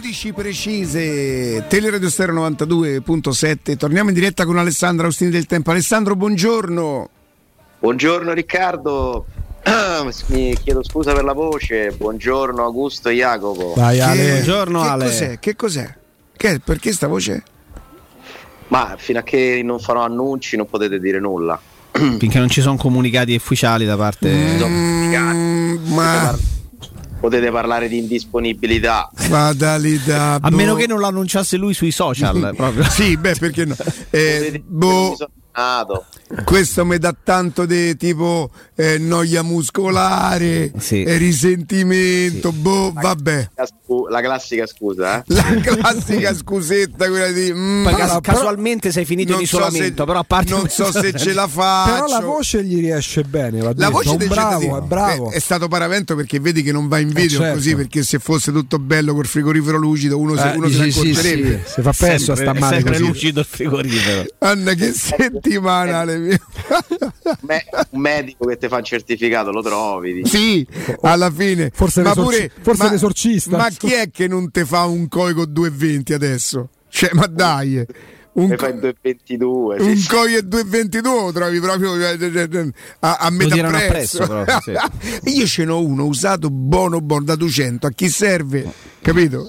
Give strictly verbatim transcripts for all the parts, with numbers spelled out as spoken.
undici precise, Teleradio Stereo novantadue virgola sette. Torniamo in diretta con Alessandro Austini del Tempo. Alessandro, buongiorno. Buongiorno Riccardo. Mi chiedo scusa per la voce. Buongiorno Augusto e Jacopo. Vai Ale. Che, Buongiorno che Ale. Cos'è? Che cos'è? Che, perché sta voce? Ma fino a che non farò annunci non potete dire nulla. Finché non ci sono comunicati ufficiali da parte mm, ma potete parlare di indisponibilità. Modalità, a boh. meno che non lo annunciasse lui sui social proprio. Sì, beh, perché no? Eh, boh, questo mi dà tanto di tipo eh, noia muscolare, sì. eh, risentimento, sì. Boh, vabbè. La classica scusa, eh? La classica scusetta, quella di mm, Poi cas- casualmente sei finito in isolamento, so se, però a parte non so se ce la faccio. Però la voce gli riesce bene, va la voce è bravo, è bravo. È, è stato paravento perché vedi che non va in video, eh certo. Così, perché se fosse tutto bello col frigorifero lucido uno, se, eh, uno sì, se ne sì, accorgerebbe. Sì, sì. Si fa perso a sta male sempre così. lucido il frigorifero. Anna, che settimana Ale mio. Me- un medico che ti fa un certificato lo trovi, dici. Sì, alla fine forse ma pure forse ma, l'esorcista. Ma chi è che non te fa un coi con due virgola venti adesso? Cioè, ma dai, un, ne fai due virgola ventidue un sì. coi e due virgola ventidue lo trovi proprio a, a metà prezzo, prezzo proprio, sì. Io ce n'ho uno usato buono buono da duecento, a chi serve, capito?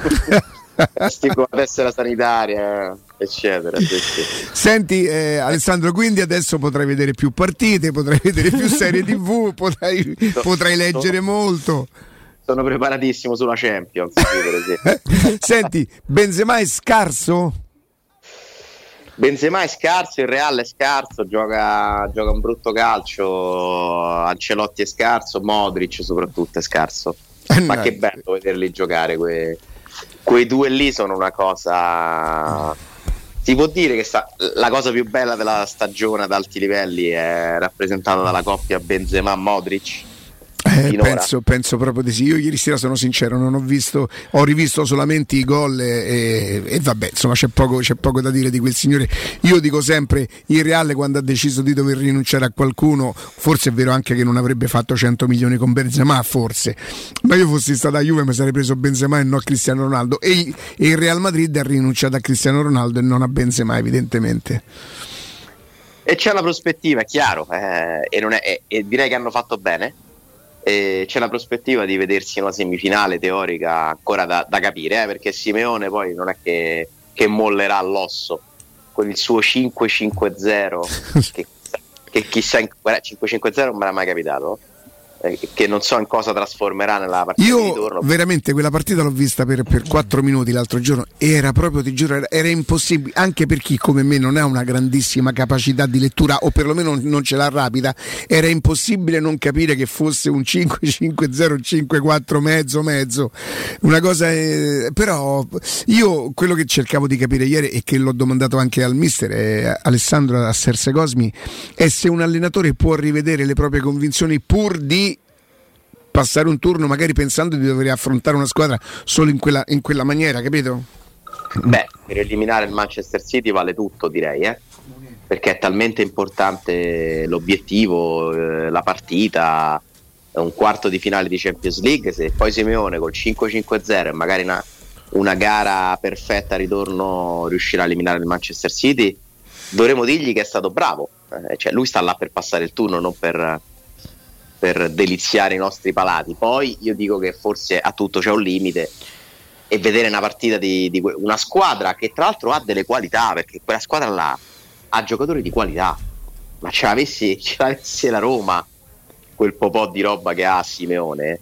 Tipo la tessera sanitaria eccetera, sì, sì. Senti eh, Alessandro, quindi adesso potrai vedere più partite, potrai vedere più serie tv, potrai, no, potrai leggere no. molto. Sono preparatissimo sulla Champions, per Senti, Benzema è scarso? Benzema è scarso, il Real è scarso, gioca, gioca un brutto calcio, Ancelotti è scarso, Modric soprattutto è scarso. Eh, ma no. Che bello vederli giocare, que, quei due lì sono una cosa... Si può dire che sta, la cosa più bella della stagione ad alti livelli è rappresentata dalla coppia Benzema-Modric. Eh, penso, penso proprio di sì. Io ieri sera, sono sincero, non ho visto, ho rivisto solamente i gol e, e, e vabbè, insomma c'è poco, c'è poco da dire di quel signore. Io dico sempre, il Real quando ha deciso di dover rinunciare a qualcuno, forse è vero anche che non avrebbe fatto cento milioni con Benzema, forse, ma io fossi stata a Juve mi sarei preso Benzema e non a Cristiano Ronaldo, e, e il Real Madrid ha rinunciato a Cristiano Ronaldo e non a Benzema, evidentemente. E c'è la prospettiva, è chiaro, eh, e, non è, e, e direi che hanno fatto bene. E c'è la prospettiva di vedersi in una semifinale teorica ancora da, da capire, eh, perché Simeone poi non è che, che mollerà l'osso con il suo cinque cinque zero che, che chissà in, cinque cinque zero non me l'ha mai capitato, eh, che non so in cosa trasformerà nella partita io di ritorno. Veramente quella partita l'ho vista per, per quattro minuti l'altro giorno, era proprio, ti giuro, era, era impossibile, anche per chi come me non ha una grandissima capacità di lettura o perlomeno non ce l'ha rapida, era impossibile non capire che fosse un cinque cinque zero, cinque quattro mezzo mezzo, una cosa eh, però io quello che cercavo di capire ieri e che l'ho domandato anche al mister eh, Alessandro a Serse Cosmi è se un allenatore può rivedere le proprie convinzioni pur di passare un turno magari pensando di dover affrontare una squadra solo in quella, in quella maniera, capito? Beh, per eliminare il Manchester City vale tutto, direi, eh? Perché è talmente importante l'obiettivo, eh, la partita, un quarto di finale di Champions League. Se poi Simeone col cinque cinque zero e magari una, una gara perfetta a ritorno riuscirà a eliminare il Manchester City, dovremo dirgli che è stato bravo, eh, cioè lui sta là per passare il turno, non per per deliziare i nostri palati. Poi io dico che forse a tutto c'è un limite, e vedere una partita di, di una squadra che tra l'altro ha delle qualità, perché quella squadra là ha giocatori di qualità, ma ce l'avessi, ce l'avessi la Roma quel po' di roba che ha Simeone,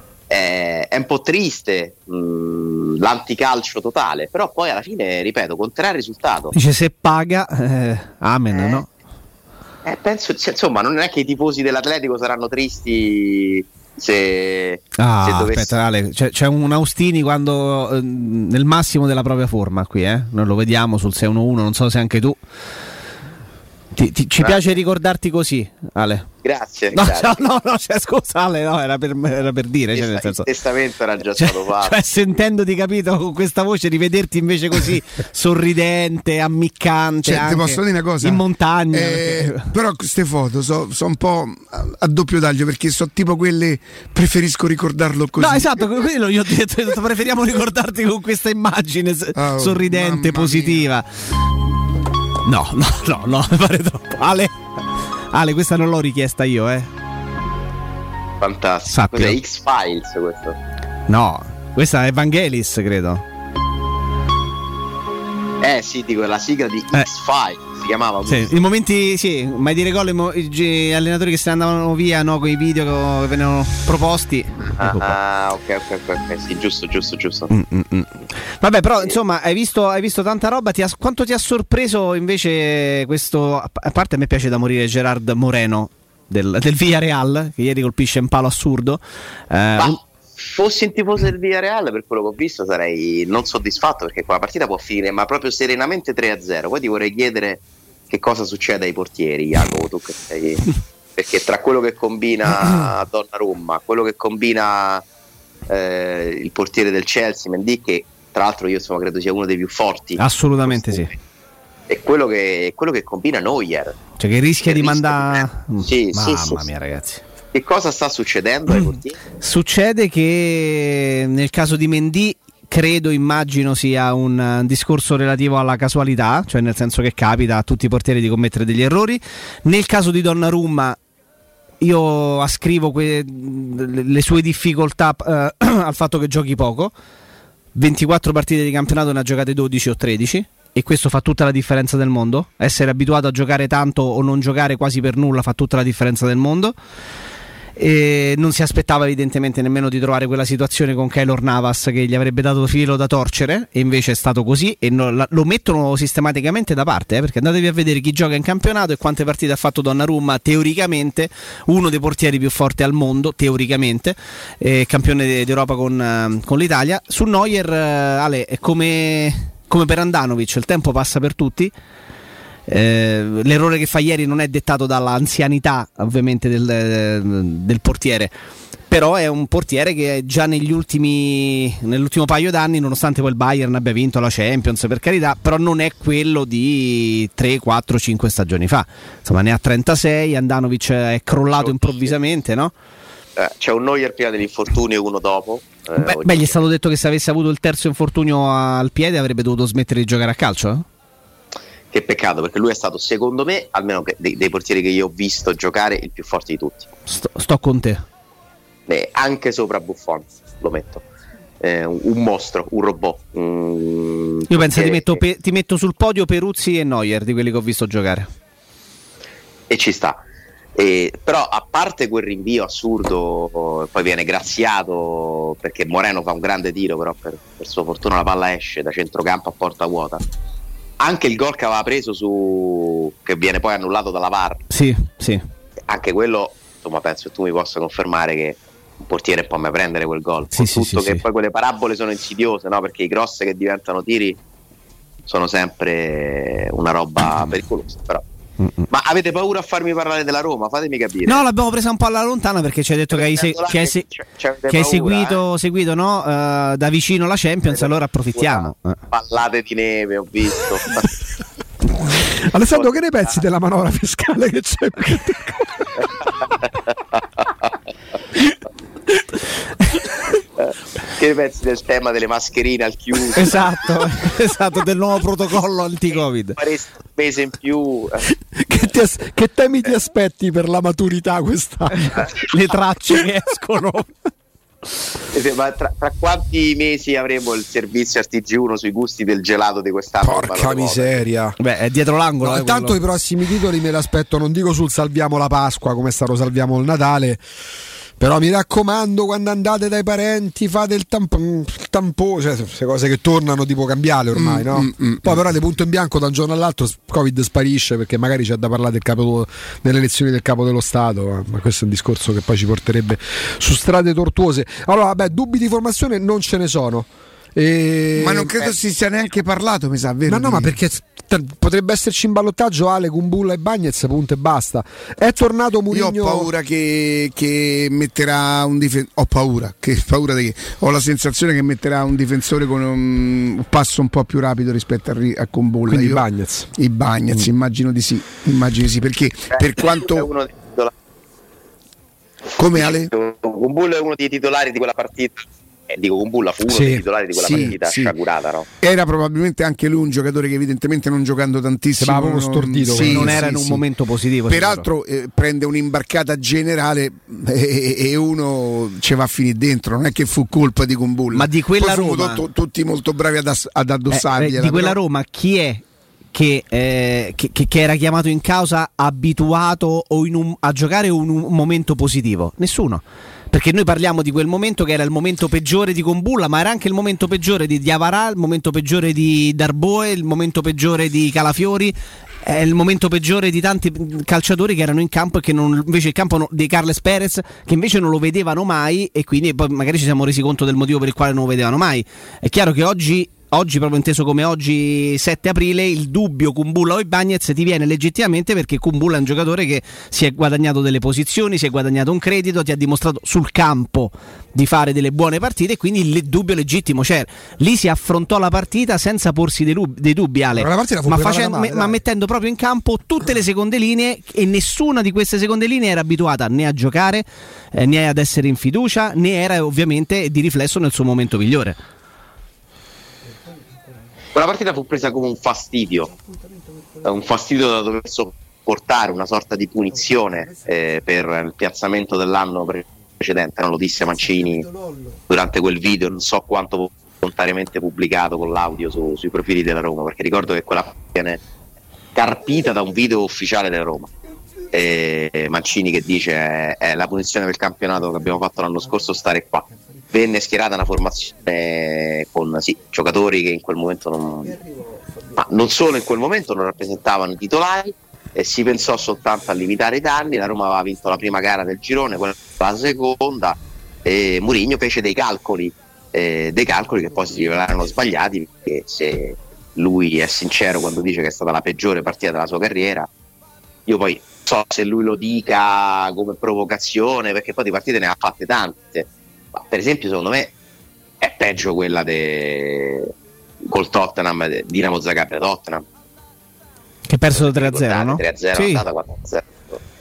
è, è un po' triste, mh, l'anticalcio totale, però poi alla fine, ripeto, conterà il risultato. Dice se paga eh, amen, eh. no? Eh, penso, cioè, insomma, non è che i tifosi dell'Atletico saranno tristi se, ah, se dovessi... aspetta, Ale, c'è, c'è un Austini quando eh, nel massimo della propria forma qui, eh? Noi lo vediamo sul sei uno uno, non so se anche tu. Ti, ti, ci piace ricordarti così, Ale. Grazie. No, grazie. no, no, cioè, scusa Ale, no, era per, era per dire. Cioè, nel senso, il testamento era già cioè, stato fatto. Cioè, sentendoti, capito, con questa voce, rivederti invece così sorridente, ammiccante. Cioè, ti posso dire una cosa? In montagna. Eh, perché... Però queste foto sono so un po' a, a doppio taglio, perché sono tipo quelle, preferisco ricordarlo così. No, esatto, quello io ho detto, ho detto preferiamo ricordarti con questa immagine oh, sorridente, positiva. No, no, no, no, mi pare troppo. Ale, Ale, questa non l'ho richiesta io, eh. Fantastico. Sappilo. Cos'è X-Files questo? No, questa è Vangelis, credo. Eh sì, dico, la sigla di Eh. X-Files si chiamava Sì, così. i momenti, sì, mai dire gol, i, mo- i gi- allenatori che se ne andavano via, no, con i video che venivano proposti. Ecco qua. Ah, ok, ok, ok, ok, sì, giusto, giusto, giusto. Mm, mm, mm. Vabbè, però insomma, hai visto, hai visto tanta roba. Ti ha- quanto ti ha sorpreso invece questo? A parte a me piace da morire Gerard Moreno del, del Villarreal, che ieri colpisce un palo assurdo. Eh, Ma un- fossi un tifoso del Villarreal, per quello che ho visto sarei non soddisfatto, perché quella partita può finire ma proprio serenamente tre a zero. Poi ti vorrei chiedere che cosa succede ai portieri, Jacopo, tu che sei, perché tra quello che combina Donnarumma, quello che combina eh, il portiere del Chelsea, Mendy, che tra l'altro io insomma credo sia uno dei più forti, assolutamente sì. e quello che, quello che combina Neuer, Cioè che rischia Che di rischia mandare. di- sì, sì, Mamma sì, mia, sì. ragazzi. che cosa sta succedendo ai portieri? Succede che nel caso di Mendy credo, immagino sia un uh, discorso relativo alla casualità, cioè nel senso che capita a tutti i portieri di commettere degli errori. Nel caso di Donnarumma io ascrivo que- le sue difficoltà uh, al fatto che giochi poco. ventiquattro partite di campionato, ne ha giocate dodici o tredici, e questo fa tutta la differenza del mondo. Essere abituato a giocare tanto o non giocare quasi per nulla fa tutta la differenza del mondo. E non si aspettava evidentemente nemmeno di trovare quella situazione con Keylor Navas che gli avrebbe dato filo da torcere, e invece è stato così, e no, la, lo mettono sistematicamente da parte, eh, perché andatevi a vedere chi gioca in campionato e quante partite ha fatto Donnarumma, teoricamente uno dei portieri più forti al mondo, teoricamente, eh, campione d'Europa con, eh, con l'Italia. Su Neuer, eh, Ale, è come, come per Andanovic, il tempo passa per tutti. Eh, l'errore che fa ieri non è dettato dall'anzianità ovviamente del, del portiere, però è un portiere che già negli ultimi nell'ultimo paio d'anni, nonostante poi il Bayern abbia vinto la Champions, per carità, però non è quello di tre, quattro, cinque stagioni fa. Insomma, ne ha trentasei. Andanovic è crollato improvvisamente, no? Eh, c'è un Neuer prima dell'infortunio e uno dopo. Eh, Beh, beh, gli è stato detto che se avesse avuto il terzo infortunio al piede avrebbe dovuto smettere di giocare a calcio, eh? Che peccato, perché lui è stato, secondo me, almeno che, dei, dei portieri che io ho visto giocare, il più forte di tutti. Sto, sto con te. Beh, anche sopra Buffon, lo metto. Eh, un, un mostro, un robot. Un Io penso portiere ti metto, che- pe- ti metto sul podio Peruzzi e Neuer, di quelli che ho visto giocare. E ci sta. E, però a parte quel rinvio assurdo, poi viene graziato perché Moreno fa un grande tiro, però per, per sua fortuna la palla esce da centrocampo a porta vuota. Anche il gol che aveva preso su, che viene poi annullato dalla V A R, Sì, sì. anche quello, insomma, penso che tu mi possa confermare che un portiere può mai prendere quel gol. Sì, Con sì, tutto sì, che sì. poi quelle parabole sono insidiose, no? Perché i cross che diventano tiri sono sempre una roba pericolosa, però. Ma avete paura a farmi parlare della Roma? Fatemi capire. No, l'abbiamo presa un po' alla lontana perché ci hai detto che hai, se- che hai, se- C'è- c'è che hai paura, seguito, seguito no, eh, da vicino la Champions, allora approfittiamo. Eh. Pallate di neve, ho visto. Alessandro, che ne pensi della manovra fiscale che c'è? Che ne pensi del tema delle mascherine al chiuso? Esatto, esatto, del nuovo protocollo anti-Covid. Faresti un mese in più. Che, ti as- che temi ti aspetti per la maturità quest'anno? Le tracce che escono. Ma tra, tra quanti mesi avremo il servizio al T G uno sui gusti del gelato di quest'anno? Porca miseria. Beh, è dietro l'angolo. No, eh, intanto quello. i prossimi titoli me l'aspetto, non dico sul salviamo la Pasqua come è stato salviamo il Natale, però mi raccomando, quando andate dai parenti fate il tampone, tampo, cioè queste cose che tornano tipo cambiale ormai, Mm, no? mm, mm, Poi però di punto in bianco da un giorno all'altro Covid sparisce, perché magari c'è da parlare del capo, delle elezioni del capo dello Stato, ma questo è un discorso che poi ci porterebbe su strade tortuose. Allora, vabbè, dubbi di formazione non ce ne sono. E... Ma non credo eh. si sia neanche parlato, mi sa, vero? Ma no, di... ma perché potrebbe esserci in ballottaggio Ale, Kumbulla e Bagnez, punto e basta. È tornato Mourinho. Io ho paura che, che metterà un difensore. Ho paura, che paura di che? Ho la sensazione che metterà un difensore con un, un passo un po' più rapido rispetto a, a Kumbulla. Quindi Io, Bagnez. I Bagnez, mm. immagino di sì. Immagino di sì, perché eh, per quanto. È uno dei titolari. Come Ale? Kumbulla è uno dei titolari di quella partita. Eh, dico Kumbulla fu uno sì, dei titolari di quella sì, partita sì. sciagurata, no? Era probabilmente anche lui un giocatore che evidentemente non giocando tantissimo, ma proprio stordito, sì, non era sì, in un sì. momento positivo. Peraltro eh, prende un'imbarcata generale e, e uno ci va a finire dentro, non è che fu colpa di Kumbulla. Ma di quella Poi Roma tutto, tutti molto bravi ad, ass- ad addossargli. eh, eh, di quella però... Roma chi è Che, eh, che, che era chiamato in causa abituato o in un, a giocare in un momento positivo? Nessuno. Perché noi parliamo di quel momento che era il momento peggiore di Kumbulla, ma era anche il momento peggiore di Diawara, il momento peggiore di Darboe, il momento peggiore di Calafiori, è il momento peggiore di tanti calciatori che erano in campo e che non, invece il campo no, di Carles Perez, che invece non lo vedevano mai, e quindi poi magari ci siamo resi conto del motivo per il quale non lo vedevano mai. È chiaro che oggi Oggi, proprio inteso come oggi sette aprile, il dubbio Kumbulla o Ibañez ti viene legittimamente perché Kumbulla è un giocatore che si è guadagnato delle posizioni, si è guadagnato un credito, ti ha dimostrato sul campo di fare delle buone partite, e quindi il dubbio legittimo c'era. Lì si affrontò la partita senza porsi dei, lub- dei dubbi, Ale, ma, ma, facendo, male, ma mettendo proprio in campo tutte le seconde linee, e nessuna di queste seconde linee era abituata né a giocare, eh, né ad essere in fiducia, né era ovviamente di riflesso nel suo momento migliore. Quella partita fu presa come un fastidio, un fastidio da dover sopportare, una sorta di punizione eh, per il piazzamento dell'anno precedente, non lo disse Mancini durante quel video, non so quanto volontariamente pubblicato con l'audio su, sui profili della Roma, perché ricordo che quella viene carpita da un video ufficiale della Roma. E Mancini che dice è, è la punizione del campionato che abbiamo fatto l'anno scorso, stare qua. Venne schierata una formazione con sì, giocatori che in quel momento non, ma non solo in quel momento non rappresentavano i titolari, e si pensò soltanto a limitare i danni. La Roma aveva vinto la prima gara del girone, quella la seconda, e Mourinho fece dei calcoli eh, dei calcoli che poi si rivelarono sbagliati, perché se lui è sincero quando dice che è stata la peggiore partita della sua carriera, io poi so se lui lo dica come provocazione, perché poi di partite ne ha fatte tante. Ma per esempio secondo me è peggio quella de... col Tottenham, de... Dinamo Zagabria Tottenham, che ha perso tre a zero, no? tre a zero, sì. È andata quattro a zero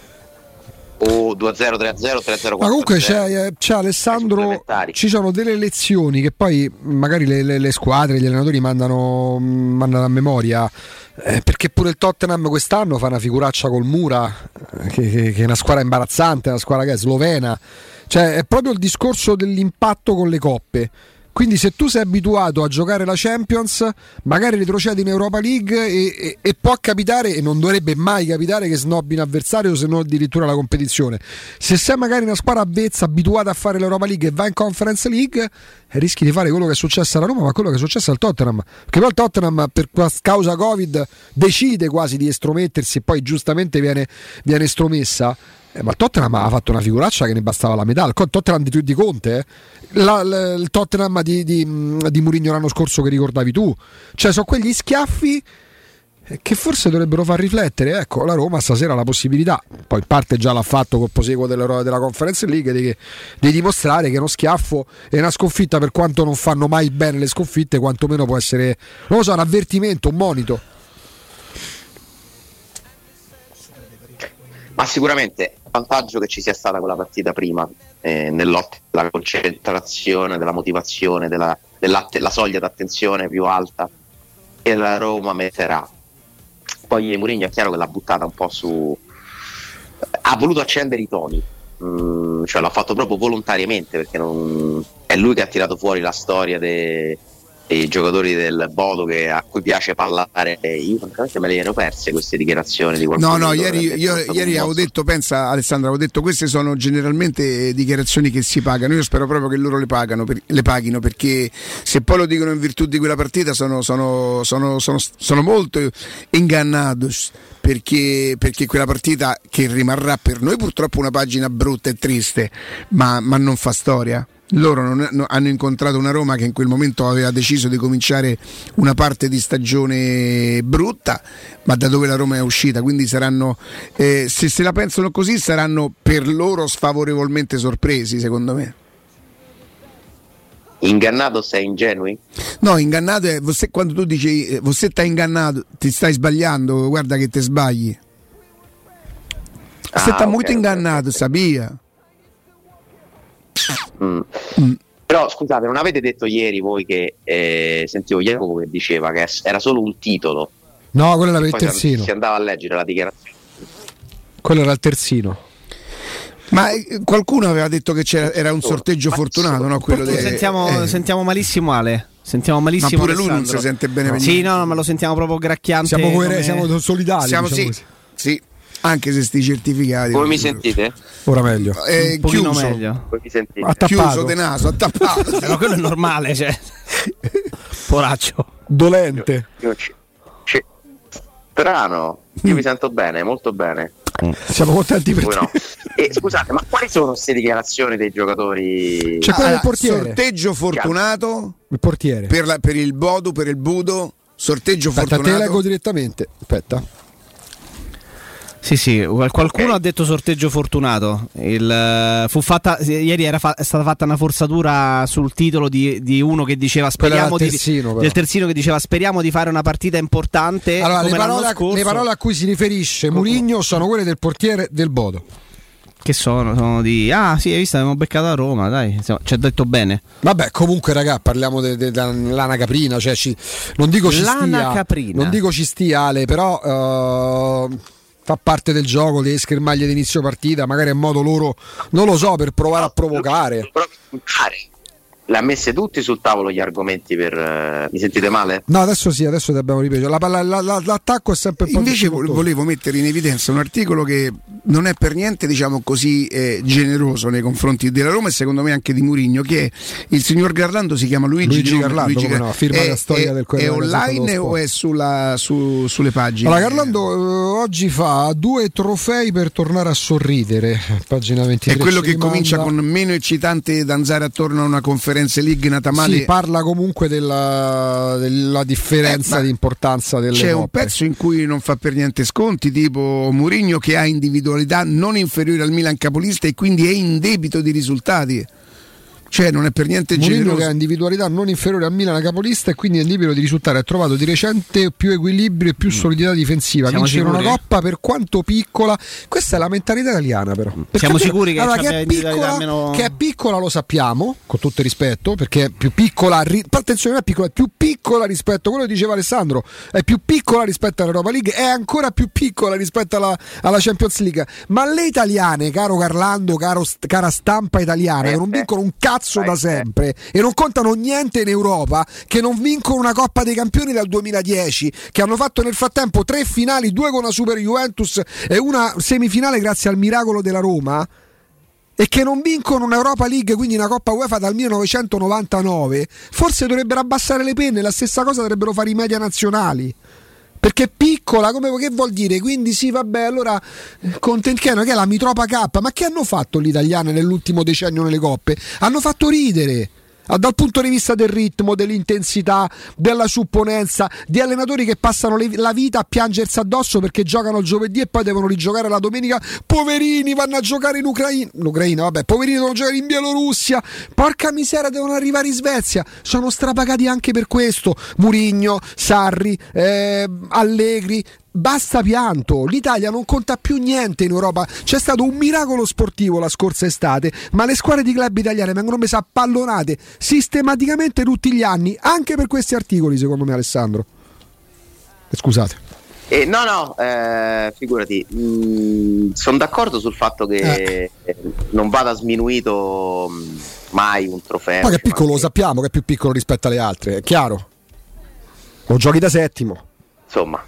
o due a zero, tre a zero, tre a zero. Ma comunque c'è, c'è Alessandro, ci sono delle lezioni che poi magari le, le, le squadre, gli allenatori mandano, mandano a memoria, eh, perché pure il Tottenham quest'anno fa una figuraccia col Mura, che, che, che è una squadra imbarazzante, una squadra che è slovena. Cioè è proprio il discorso dell'impatto con le coppe. Quindi se tu sei abituato a giocare la Champions, magari retrocedi in Europa League e, e, e può capitare, e non dovrebbe mai capitare, che snobbi un avversario, se non addirittura la competizione. Se sei magari una squadra avvezza, abituata a fare l'Europa League e vai in Conference League, rischi di fare quello che è successo alla Roma, ma quello che è successo al Tottenham. Perché poi il Tottenham, per causa Covid, decide quasi di estromettersi e poi giustamente viene, viene estromessa. Eh, ma il Tottenham ha fatto una figuraccia che ne bastava la metà. Il Tottenham di, di Conte, eh? la, la, il Tottenham di, di, di Mourinho l'anno scorso che ricordavi tu. Cioè sono quegli schiaffi che forse dovrebbero far riflettere. Ecco, la Roma stasera ha la possibilità, poi in parte già l'ha fatto col proseguo della, della Conference League, di, di dimostrare che uno schiaffo e una sconfitta, per quanto non fanno mai bene le sconfitte, quantomeno può essere, non lo so, un avvertimento, un monito. Ma sicuramente il vantaggio che ci sia stata quella partita prima, eh, nell'ottica della concentrazione, della motivazione, della, della la soglia d'attenzione più alta che la Roma metterà. Poi Mourinho è chiaro che l'ha buttata un po' su, ha voluto accendere i toni, mm, cioè l'ha fatto proprio volontariamente, perché non... è lui che ha tirato fuori la storia dei i giocatori del Bodo che, a cui piace parlare. Io francamente me le ero perse queste dichiarazioni di qualcuno. No, no, ieri, io, ieri avevo detto, pensa Alessandro, avevo detto queste sono generalmente dichiarazioni che si pagano. Io spero proprio che loro le pagano, per, le paghino, perché se poi lo dicono in virtù di quella partita sono, sono, sono, sono, sono molto ingannados, perché, perché quella partita, che rimarrà per noi purtroppo una pagina brutta e triste, ma, ma non fa storia. Loro non, no, hanno incontrato una Roma che in quel momento aveva deciso di cominciare una parte di stagione brutta, ma da dove la Roma è uscita, quindi saranno, eh, se se la pensano così, saranno per loro sfavorevolmente sorpresi, secondo me. Ingannato sei ingenui? No, ingannato è você, quando tu dici eh, você sta ingannato, ti stai sbagliando, guarda che te sbagli. Você ah, sta okay, molto ingannato, okay. Sabia? Mm. Mm. Però scusate, non avete detto ieri voi che eh, sentivo Jacopo che diceva che era solo un titolo? No, quello era per il terzino. Si andava a leggere la dichiarazione. Quello era il terzino. Ma eh, qualcuno aveva detto che c'era, era un sorteggio fortunato, no? Quello de, sentiamo, eh. sentiamo malissimo Ale. Sentiamo malissimo. Ma pure Alessandro. lui non si sente bene. Sì, no, no, ma lo sentiamo proprio gracchiante. Siamo, coer- come... siamo solidali. Siamo diciamo sì, sì. Anche se sti certificati. Come mi sentite? Ora meglio. Eh, un pochino chiuso. meglio. Come mi sentite? Attappato. Chiuso de naso, attappato. Ma quello è normale, cioè. Poraccio. Dolente. Io, io c- c- strano. Io mi sento bene, molto bene. Siamo contenti per Voi te. no. E scusate, ma quali sono queste dichiarazioni dei giocatori? C'è quello del portiere. Sorteggio fortunato. Il portiere. Per, la, per il Bodo, per il Budo. Sorteggio Aspetta, fortunato. te leggo direttamente. Aspetta. Sì, sì, qualcuno okay. ha detto sorteggio fortunato. Il, fu fatta, ieri era fa, è stata fatta una forzatura sul titolo di, di uno che diceva speriamo di, terzino, del terzino che diceva speriamo di fare una partita importante. Allora, come le parole, l'anno scorso. le parole a cui si riferisce Mourinho sono quelle del portiere del Bodo. Che sono? Sono di ah sì, hai visto, abbiamo beccato a Roma, dai, insomma, ci ha detto bene. Vabbè, comunque ragà, parliamo dell'Ana Caprina, cioè ci, non dico ci Lana stia, Caprina. non dico ci stia Ale, però uh, fa parte del gioco, le schermaglie di inizio partita, magari è modo loro, non lo so, per provare a provocare. Le ha messe tutti sul tavolo gli argomenti per uh, mi sentite male? No, adesso sì, adesso ti abbiamo ripetuto. La, la, la, la, l'attacco è sempre un po' invece volevo mettere in evidenza un articolo che non è per niente, diciamo così, eh, generoso nei confronti della Roma e secondo me anche di Mourinho, che è il signor Garlando, si chiama Luigi, Luigi Nome, Garlando, Luigi come Gar- no, firma è, la storia è, del Corriere è online o è sulla, su, sulle pagine? Allora Garlando eh, oggi fa due trofei per tornare a sorridere, pagina ventitré. È quello che rimanda. comincia con meno eccitante danzare attorno a una Conference League nata male. Sì, parla comunque della, della differenza eh, di importanza delle c'è coppe. un pezzo in cui non fa per niente sconti, tipo Mourinho che ha individualità non inferiore al Milan capolista e quindi è in debito di risultati. Cioè non è per niente Mourinho generoso. che ha individualità non inferiore al Milan capolista e quindi è in libero di risultare. Ha trovato di recente più equilibrio e più solidità difensiva. Siamo Vincere sicuri? una coppa per quanto piccola, questa è la mentalità italiana però. Perché Siamo almeno, sicuri che, allora, ci che, abbia è piccola, almeno... che è piccola lo sappiamo, con tutto il rispetto, perché è più piccola, ri- attenzione, non è piccola, è più piccola rispetto a quello che diceva Alessandro, è più piccola rispetto all'Europa League, è ancora più piccola rispetto alla, alla Champions League. Ma le italiane, caro Garlando, caro, cara stampa italiana, eh, che non vincono un cazzo eh, da sempre e non contano niente in Europa, che non vincono una Coppa dei Campioni dal duemiladieci, che hanno fatto nel frattempo tre finali, due con la Super Juventus e una semifinale grazie al miracolo della Roma, e che non vincono un'Europa League, quindi una Coppa UEFA dal millenovecentonovantanove, forse dovrebbero abbassare le penne. La stessa cosa dovrebbero fare i media nazionali, perché è piccola, come che vuol dire? Quindi sì, vabbè, allora contentiano che è la Mitropa K, ma che hanno fatto gli italiani nell'ultimo decennio nelle coppe? Hanno fatto ridere. Dal punto di vista del ritmo, dell'intensità, della supponenza, di allenatori che passano le, la vita a piangersi addosso perché giocano il giovedì e poi devono rigiocare la domenica. Poverini, vanno a giocare in Ucraina. L'Ucraina, vabbè, poverini devono giocare in Bielorussia. Porca miseria, devono arrivare in Svezia. Sono strapagati anche per questo. Mourinho, Sarri, eh, Allegri. Basta pianto, l'Italia non conta più niente in Europa. C'è stato un miracolo sportivo la scorsa estate, ma le squadre di club italiane vengono messe a pallonate sistematicamente tutti gli anni, anche per questi articoli, secondo me, Alessandro. Eh, scusate. Eh, no, no, eh, figurati, mm, sono d'accordo sul fatto che eh. non vada sminuito mai un trofeo. Ma che è piccolo, lo sappiamo che è più piccolo rispetto alle altre, è chiaro. Lo giochi da settimo. Insomma,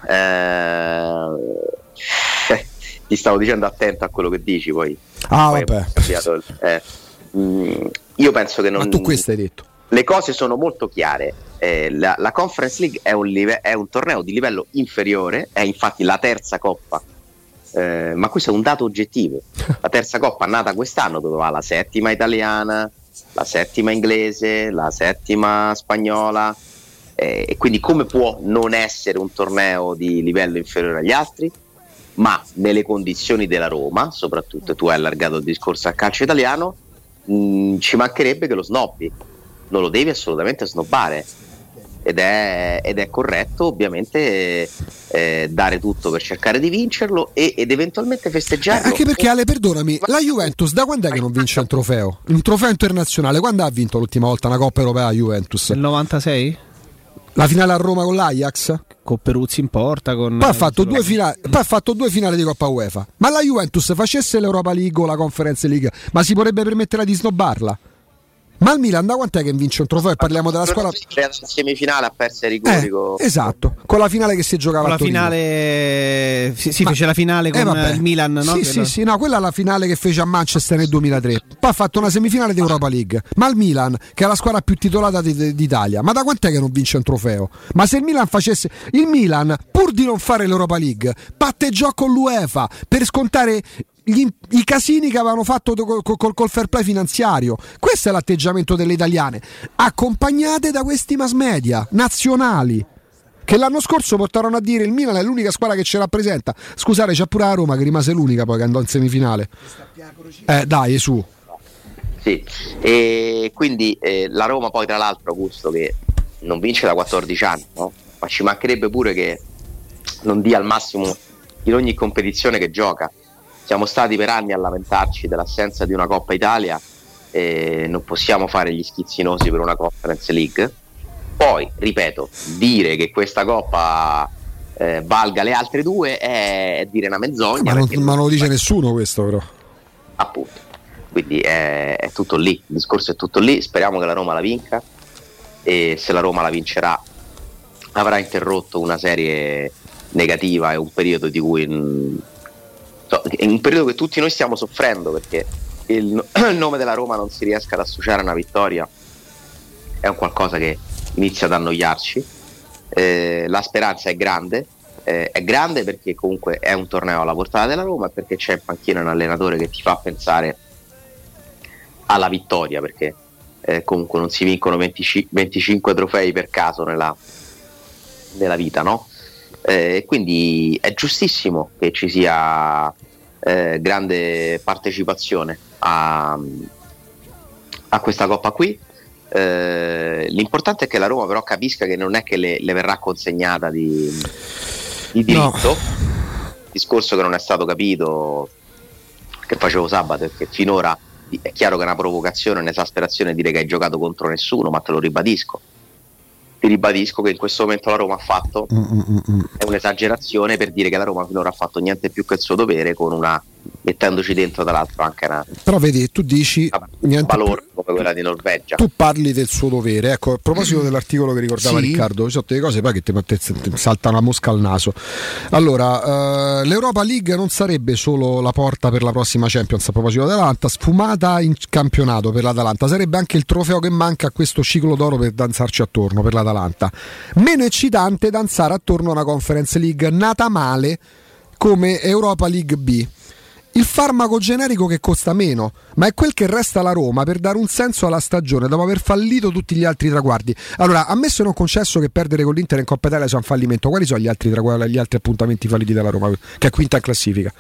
eh, ti stavo dicendo attento a quello che dici, poi. Ah, poi vabbè. Cambiato, eh, mh, io penso che non. Ma tu questo hai detto. Le cose sono molto chiare. Eh, la, la Conference League è un, live- è un torneo di livello inferiore, è infatti la terza coppa. Eh, ma questo è un dato oggettivo. La terza coppa nata quest'anno, dove va la settima italiana, la settima inglese, la settima spagnola, eh, e quindi come può non essere un torneo di livello inferiore agli altri? Ma nelle condizioni della Roma, soprattutto, tu hai allargato il discorso al calcio italiano, mh, ci mancherebbe che lo snobbi, non lo devi assolutamente snobbare, ed è, ed è corretto ovviamente eh, dare tutto per cercare di vincerlo e, ed eventualmente festeggiarlo. Eh, anche perché, Ale, perdonami, la Juventus da quando è che non vince un trofeo? Un trofeo internazionale, quando ha vinto l'ultima volta una Coppa Europea la Juventus? Nel novantasei? La finale a Roma con l'Ajax? Con Peruzzi in porta, con poi ha fatto due finali, poi ha fatto due finali di Coppa UEFA. Ma la Juventus facesse l'Europa League o la Conference League, ma si potrebbe permettere di snobbarla? Ma il Milan da quant'è che vince un trofeo? E parliamo della squadra in semifinale, ha perso ai rigori, eh, esatto, con la finale che si giocava con a la finale si, si ma, fece la finale con eh, il Milan, no? Sì, sì, sì, no, quella è la finale che fece a Manchester nel duemilatré. Poi ha fatto una semifinale di Europa League. Ma il Milan, che è la squadra più titolata di, d'Italia, ma da quant'è che non vince un trofeo? Ma se il Milan facesse il Milan, pur di non fare l'Europa League, patteggiò con l'UEFA per scontare Gli, i casini che avevano fatto col, col, col fair play finanziario. Questo è l'atteggiamento delle italiane, accompagnate da questi mass media nazionali che l'anno scorso portarono a dire il Milan è l'unica squadra che ci rappresenta. Scusate, c'è pure la Roma che rimase l'unica poi che andò in semifinale. Eh dai, su. Sì, e quindi eh, la Roma poi tra l'altro, Augusto, che non vince da quattordici anni, no? Ma ci mancherebbe pure che non dia al massimo in ogni competizione che gioca. Siamo stati per anni a lamentarci dell'assenza di una Coppa Italia e non possiamo fare gli schizzinosi per una Conference League. Poi, ripeto, dire che questa Coppa eh, valga le altre due è, è dire una menzogna. Ma non, ma non lo dice nessuno questo, però. Appunto. Quindi è, è tutto lì, il discorso è tutto lì. Speriamo che la Roma la vinca, e se la Roma la vincerà avrà interrotto una serie negativa e un periodo di cui... Mh, è un periodo che tutti noi stiamo soffrendo, perché il, il nome della Roma non si riesca ad associare a una vittoria è un qualcosa che inizia ad annoiarci. Eh, la speranza è grande, eh, è grande perché comunque è un torneo alla portata della Roma e perché c'è in panchina un allenatore che ti fa pensare alla vittoria, perché eh, comunque non si vincono venticinque trofei per caso nella, nella vita, no? Eh, quindi è giustissimo che ci sia eh, grande partecipazione a, a questa Coppa qui. Eh, l'importante è che la Roma però capisca che non è che le, le verrà consegnata di, di diritto, no. Discorso che non è stato capito, che facevo sabato, perché finora è chiaro che è una provocazione, un'esasperazione dire che hai giocato contro nessuno, ma te lo ribadisco. Ti ribadisco che in questo momento la Roma ha fatto mm-mm. è un'esagerazione per dire che la Roma finora ha fatto niente più che il suo dovere, con una mettendoci dentro dall'altro anche una, però vedi, tu dici un valore come quella di Norvegia. Tu parli del suo dovere, ecco, a proposito mm. dell'articolo che ricordava sì. Riccardo, ci sono delle cose poi che ti, ti, ti salta una mosca al naso. Allora, uh, l'Europa League non sarebbe solo la porta per la prossima Champions, a proposito dell'Atalanta, sfumata in campionato per l'Atalanta, sarebbe anche il trofeo che manca a questo ciclo d'oro per danzarci attorno per l'Atalanta. Meno eccitante danzare attorno a una Conference League nata male come Europa League B. Il farmaco generico che costa meno, ma è quel che resta alla Roma per dare un senso alla stagione dopo aver fallito tutti gli altri traguardi. Allora, ammesso e non concesso che perdere con l'Inter in Coppa Italia sia un fallimento, quali sono gli altri, tragu- gli altri appuntamenti falliti della Roma, che è quinta in classifica?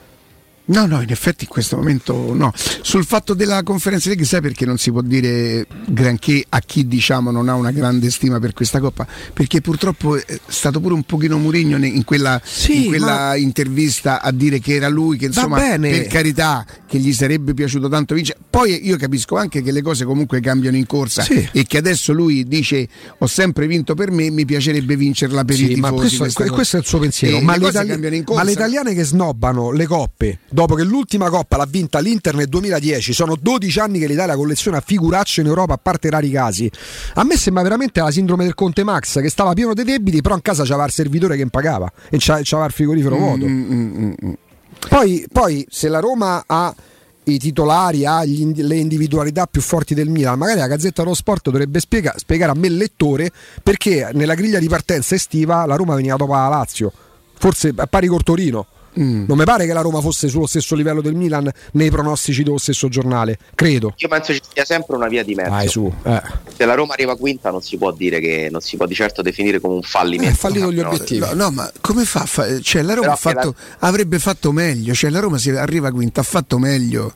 No, no, in effetti in questo momento no. Sul fatto della Conference League, sai perché non si può dire granché a chi diciamo non ha una grande stima per questa Coppa? Perché purtroppo è stato pure un pochino Mourinho in quella, sì, in quella ma... intervista a dire che era lui, che insomma, per carità, che gli sarebbe piaciuto tanto vincere. Poi io capisco anche che le cose comunque cambiano in corsa, sì. E che adesso lui dice ho sempre vinto per me, mi piacerebbe vincerla per sì, i tifosi. Ma questo, questo è il suo pensiero. Ma le, itali- ma le italiane che snobbano le coppe dopo che l'ultima Coppa l'ha vinta l'Inter nel duemiladieci, sono dodici anni che l'Italia colleziona figuracce in Europa, a parte rari casi. A me sembra veramente la sindrome del Conte Max, che stava pieno di debiti, però in casa c'aveva il servitore che pagava e c'aveva il frigorifero vuoto. Mm, mm, mm. Poi, poi se la Roma ha i titolari, ha gli, le individualità più forti del Milan, magari la Gazzetta dello Sport dovrebbe spiega, spiegare a me il lettore perché nella griglia di partenza estiva la Roma veniva dopo la Lazio, forse a pari col Torino. Mm. Non mi pare che la Roma fosse sullo stesso livello del Milan nei pronostici dello stesso giornale, credo. Io penso ci sia sempre una via di mezzo. Vai su, eh. Se la Roma arriva quinta non si può dire che non si può di certo definire come un fallimento. È fallito gli obiettivi. No, no, ma come fa? fa cioè la Roma ha fatto, la... avrebbe fatto meglio, cioè la Roma si arriva quinta, ha fatto meglio.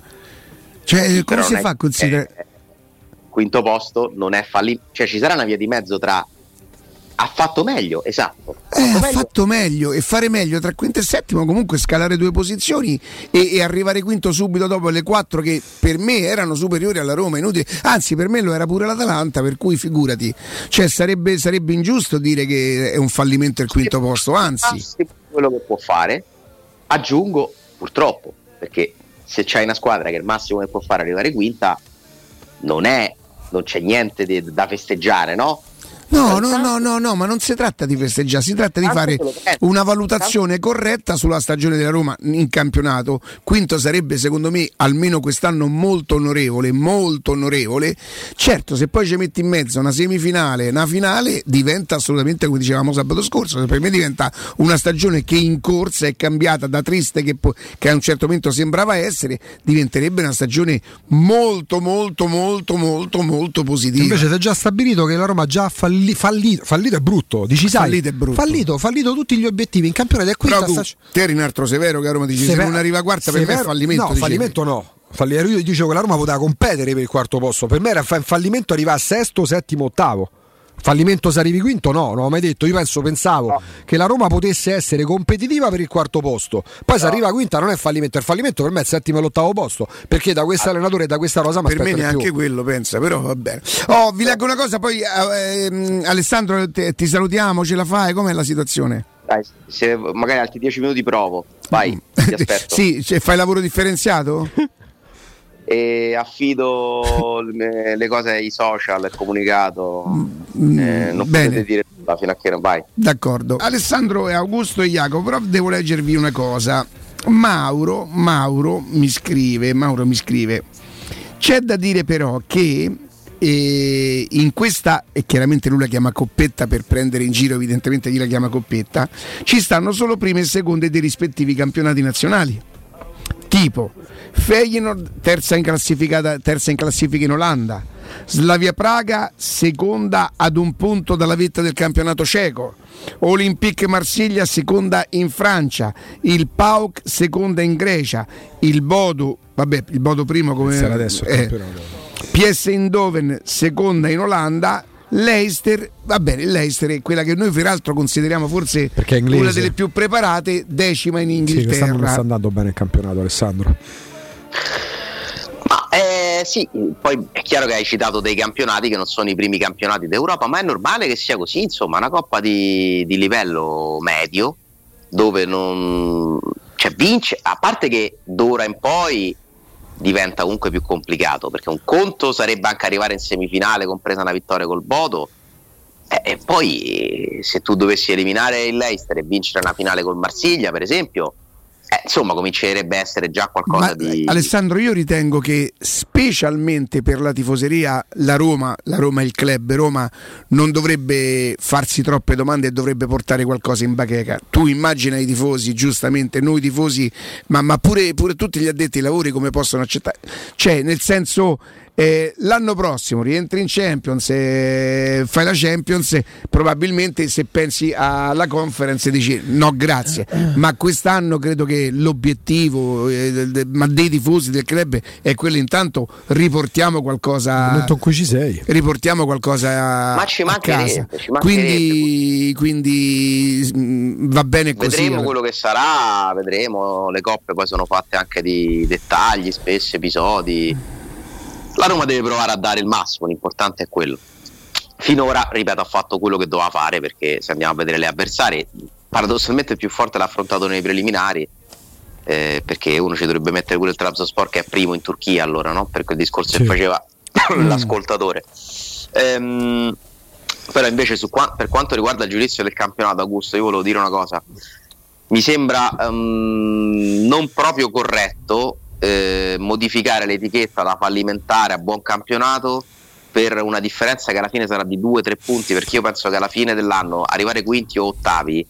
Cioè sì, come si fa a considerare? Quinto posto non è fallimento, cioè ci sarà una via di mezzo tra ha fatto meglio, esatto. Ha, eh, fatto, ha meglio. fatto meglio e fare meglio tra quinto e settimo, comunque scalare due posizioni e, e arrivare quinto subito dopo le quattro che per me erano superiori alla Roma, inutile. Anzi, per me lo era pure l'Atalanta, per cui figurati. Cioè sarebbe, sarebbe ingiusto dire che è un fallimento il quinto posto, anzi. Quello che può fare, aggiungo, purtroppo, perché se c'hai una squadra che il massimo che può fare è arrivare quinta, non è non c'è niente di, da festeggiare, no? No, no, no, no, no, ma non si tratta di festeggiare, si tratta di fare una valutazione corretta sulla stagione della Roma in campionato. Quinto sarebbe secondo me almeno quest'anno molto onorevole, molto onorevole. Certo, se poi ci metti in mezzo una semifinale, una finale, diventa assolutamente, come dicevamo sabato scorso, per me diventa una stagione che in corsa è cambiata da triste che, po- che a un certo momento sembrava essere, diventerebbe una stagione molto molto molto molto molto positiva. Invece si è già stabilito che la Roma già ha fallito Fallito, fallito è brutto, dici sai, fallito è brutto. Fallito, fallito tutti gli obiettivi in campionato. È quinta. Però tu, sta... te eri un altro severo che a Roma dici Sever... se non arriva quarta Sever... per me è fallimento. No, dicevi. Fallimento no. Fallimento, io dicevo che la Roma poteva competere per il quarto posto. Per me era fa- fallimento arrivare a sesto, settimo, ottavo. Fallimento se arrivi quinto no, non ho mai detto. Io penso, pensavo no. che la Roma potesse essere competitiva per il quarto posto. Poi no. se arriva quinta non è fallimento. Il fallimento per me è il settimo e l'ottavo posto, perché da questo allenatore e da questa rosa per me neanche più. Quello pensa, però va bene. Oh, vi leggo una cosa, poi eh, Alessandro te, ti salutiamo, ce la fai? Com'è la situazione? Dai, se magari altri dieci minuti provo. Vai, ti aspetto. Sì, cioè, fai lavoro differenziato? E affido le, le cose ai social, il comunicato, mm, eh, non bene. Potete dire nulla fino a che non vai. D'accordo. Alessandro e Augusto e Jacopo, però devo leggervi una cosa. Mauro, Mauro mi scrive, Mauro mi scrive. C'è da dire però che eh, in questa, e chiaramente lui la chiama coppetta per prendere in giro, evidentemente chi la chiama coppetta, ci stanno solo prime e seconde dei rispettivi campionati nazionali. Tipo Feyenoord terza in classifica, terza in classifica in Olanda, Slavia Praga seconda ad un punto dalla vetta del campionato ceco, Olympique Marsiglia seconda in Francia, il PAOK seconda in Grecia, il Bodo, vabbè il Bodo primo come adesso eh, P S Eindhoven seconda in Olanda, Leicester, va bene, Leicester è quella che noi peraltro consideriamo forse una delle più preparate, decima in Inghilterra. Sì, quest'anno non sta andando bene il campionato, Alessandro. Ma eh, sì, poi è chiaro che hai citato dei campionati che non sono i primi campionati d'Europa, ma è normale che sia così, insomma, una coppa di, di livello medio dove non cioè vince, a parte che d'ora in poi diventa comunque più complicato, perché un conto sarebbe anche arrivare in semifinale compresa una vittoria col Bodo eh, e poi se tu dovessi eliminare il Leicester e vincere una finale col Marsiglia per esempio eh, insomma comincerebbe a essere già qualcosa Ma, di Alessandro, io ritengo che specialmente per la tifoseria la Roma, la Roma è il club, Roma non dovrebbe farsi troppe domande e dovrebbe portare qualcosa in bacheca. Tu immagina i tifosi, giustamente noi tifosi, ma, ma pure, pure tutti gli addetti ai lavori come possono accettare, cioè nel senso eh, l'anno prossimo rientri in Champions, eh, fai la Champions, eh, probabilmente se pensi alla Conference dici no grazie, ma quest'anno credo che l'obiettivo eh, de, de, ma dei tifosi del club è quello, intanto riportiamo qualcosa, nel momento in cui ci sei riportiamo qualcosa a, ma ci a casa, ci quindi, quindi mh, va bene così. Vedremo quello che sarà, vedremo, le coppe poi sono fatte anche di dettagli, spesso episodi. La Roma deve provare a dare il massimo, l'importante è quello. Finora, ripeto, ha fatto quello che doveva fare, perché se andiamo a vedere le avversarie, paradossalmente il più forte l'ha affrontato nei preliminari, eh, perché uno ci dovrebbe mettere pure il Trabzonspor che è primo in Turchia allora, no? Per quel discorso sì. che faceva l'ascoltatore. Ehm, però invece su qua, per quanto riguarda il giudizio del campionato, Augusto, io volevo dire una cosa. Mi sembra um, non proprio corretto Eh, modificare l'etichetta da fallimentare a buon campionato per una differenza che alla fine sarà di due tre punti, perché io penso che alla fine dell'anno arrivare quinti o ottavi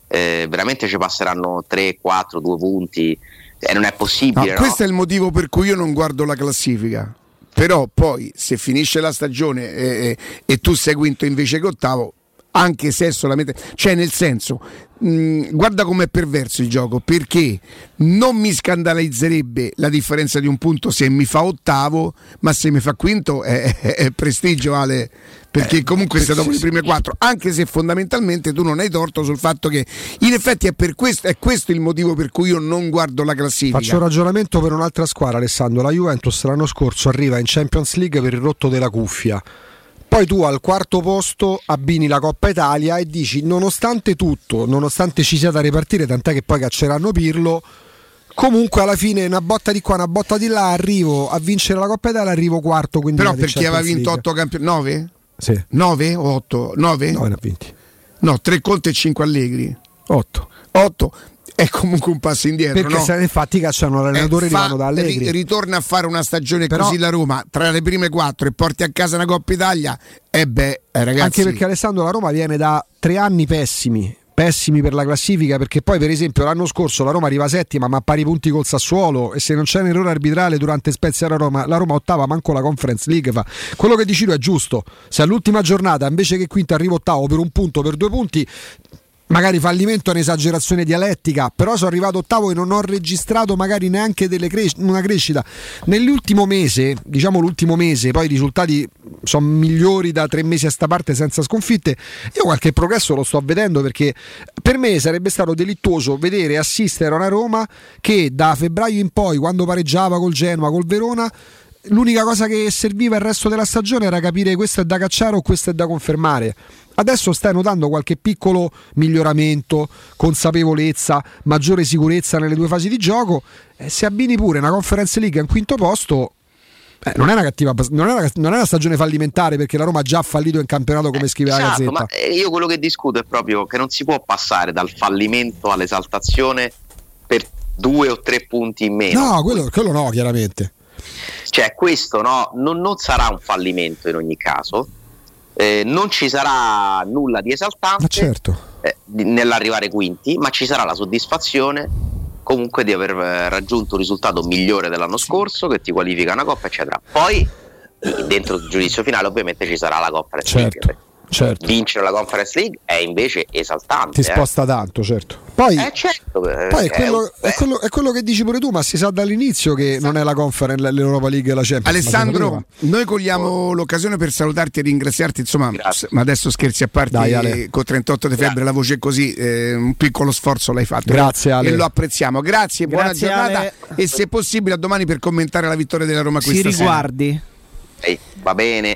eh, veramente ci passeranno tre, quattro, due punti e non è possibile. No, no? Questo è il motivo per cui io non guardo la classifica. Però poi se finisce la stagione e, e, e tu sei quinto invece che ottavo, anche se è solamente, cioè nel senso, mh, guarda com'è perverso il gioco, perché non mi scandalizzerebbe la differenza di un punto se mi fa ottavo, ma se mi fa quinto è, è, è prestigio, Ale, perché comunque sei dopo le prime quattro, anche se fondamentalmente tu non hai torto sul fatto che in effetti è per questo, è questo il motivo per cui io non guardo la classifica. Faccio un ragionamento per un'altra squadra, Alessandro. La Juventus l'anno scorso arriva in Champions League per il rotto della cuffia. Poi tu al quarto posto abbini la Coppa Italia e dici, nonostante tutto, nonostante ci sia da ripartire, tant'è che poi cacceranno Pirlo, comunque alla fine una botta di qua, una botta di là, arrivo a vincere la Coppa Italia, arrivo quarto. Quindi però perché aveva vinto otto campioni? nove? Sì. nove o otto? nove? nove ne ha vinti. No, tre Conte e cinque Allegri. otto. otto. È comunque un passo indietro, perché no? se infatti cacciano l'allenatore eh, fa, arrivano da Allegri, ri, ritorna a fare una stagione però, così la Roma tra le prime quattro e porti a casa una Coppa Italia e eh beh eh, ragazzi, anche perché Alessandro la Roma viene da tre anni pessimi pessimi per la classifica, perché poi per esempio l'anno scorso la Roma arriva settima ma a pari punti col Sassuolo, e se non c'è un errore arbitrale durante Spezia la Roma, la Roma ottava, manco la Conference League fa. Quello che dici tu è giusto, se all'ultima giornata invece che quinta arrivo ottavo per un punto, per due punti, magari fallimento è un'esagerazione dialettica, però sono arrivato ottavo e non ho registrato magari neanche delle cres- una crescita nell'ultimo mese, diciamo l'ultimo mese, poi i risultati sono migliori da tre mesi a sta parte senza sconfitte. Io qualche progresso lo sto vedendo, perché per me sarebbe stato delittuoso vedere e assistere a una Roma che da febbraio in poi, quando pareggiava col Genoa, col Verona, l'unica cosa che serviva il resto della stagione era capire questo è da cacciare o questo è da confermare. Adesso stai notando qualche piccolo miglioramento, consapevolezza, maggiore sicurezza nelle due fasi di gioco, e se abbini pure una Conference League in quinto posto, eh, non è una cattiva, non è una, non è una stagione fallimentare, perché la Roma ha già fallito in campionato, come scrive esatto, la Gazzetta. Ma io quello che discuto è proprio che non si può passare dal fallimento all'esaltazione per due o tre punti in meno. No, quello, quello no, chiaramente. Cioè questo no, non, non sarà un fallimento in ogni caso, eh, non ci sarà nulla di esaltante, ma certo. eh, nell'arrivare quinti, ma ci sarà la soddisfazione comunque di aver raggiunto un risultato migliore dell'anno scorso, che ti qualifica una Coppa eccetera. Poi dentro il giudizio finale ovviamente ci sarà la Conference certo. League. Certo. Vincere la Conference League è invece esaltante, ti sposta eh. tanto, certo. Poi, eh, certo, poi è, quello, è, è, quello, è quello che dici pure tu, ma si sa dall'inizio che non è la Conference, l'Europa League e la Champions. Alessandro, noi cogliamo oh. l'occasione per salutarti e ringraziarti, insomma, Grazie. Ma adesso scherzi a parte, Dai, Ale. Con trentotto di febbre Grazie. La voce è così, eh, un piccolo sforzo l'hai fatto. Grazie, Ale. E lo apprezziamo. Grazie, buona Grazie, giornata, Ale. E se possibile a domani per commentare la vittoria della Roma si questa riguardi. sera. Eh, va bene.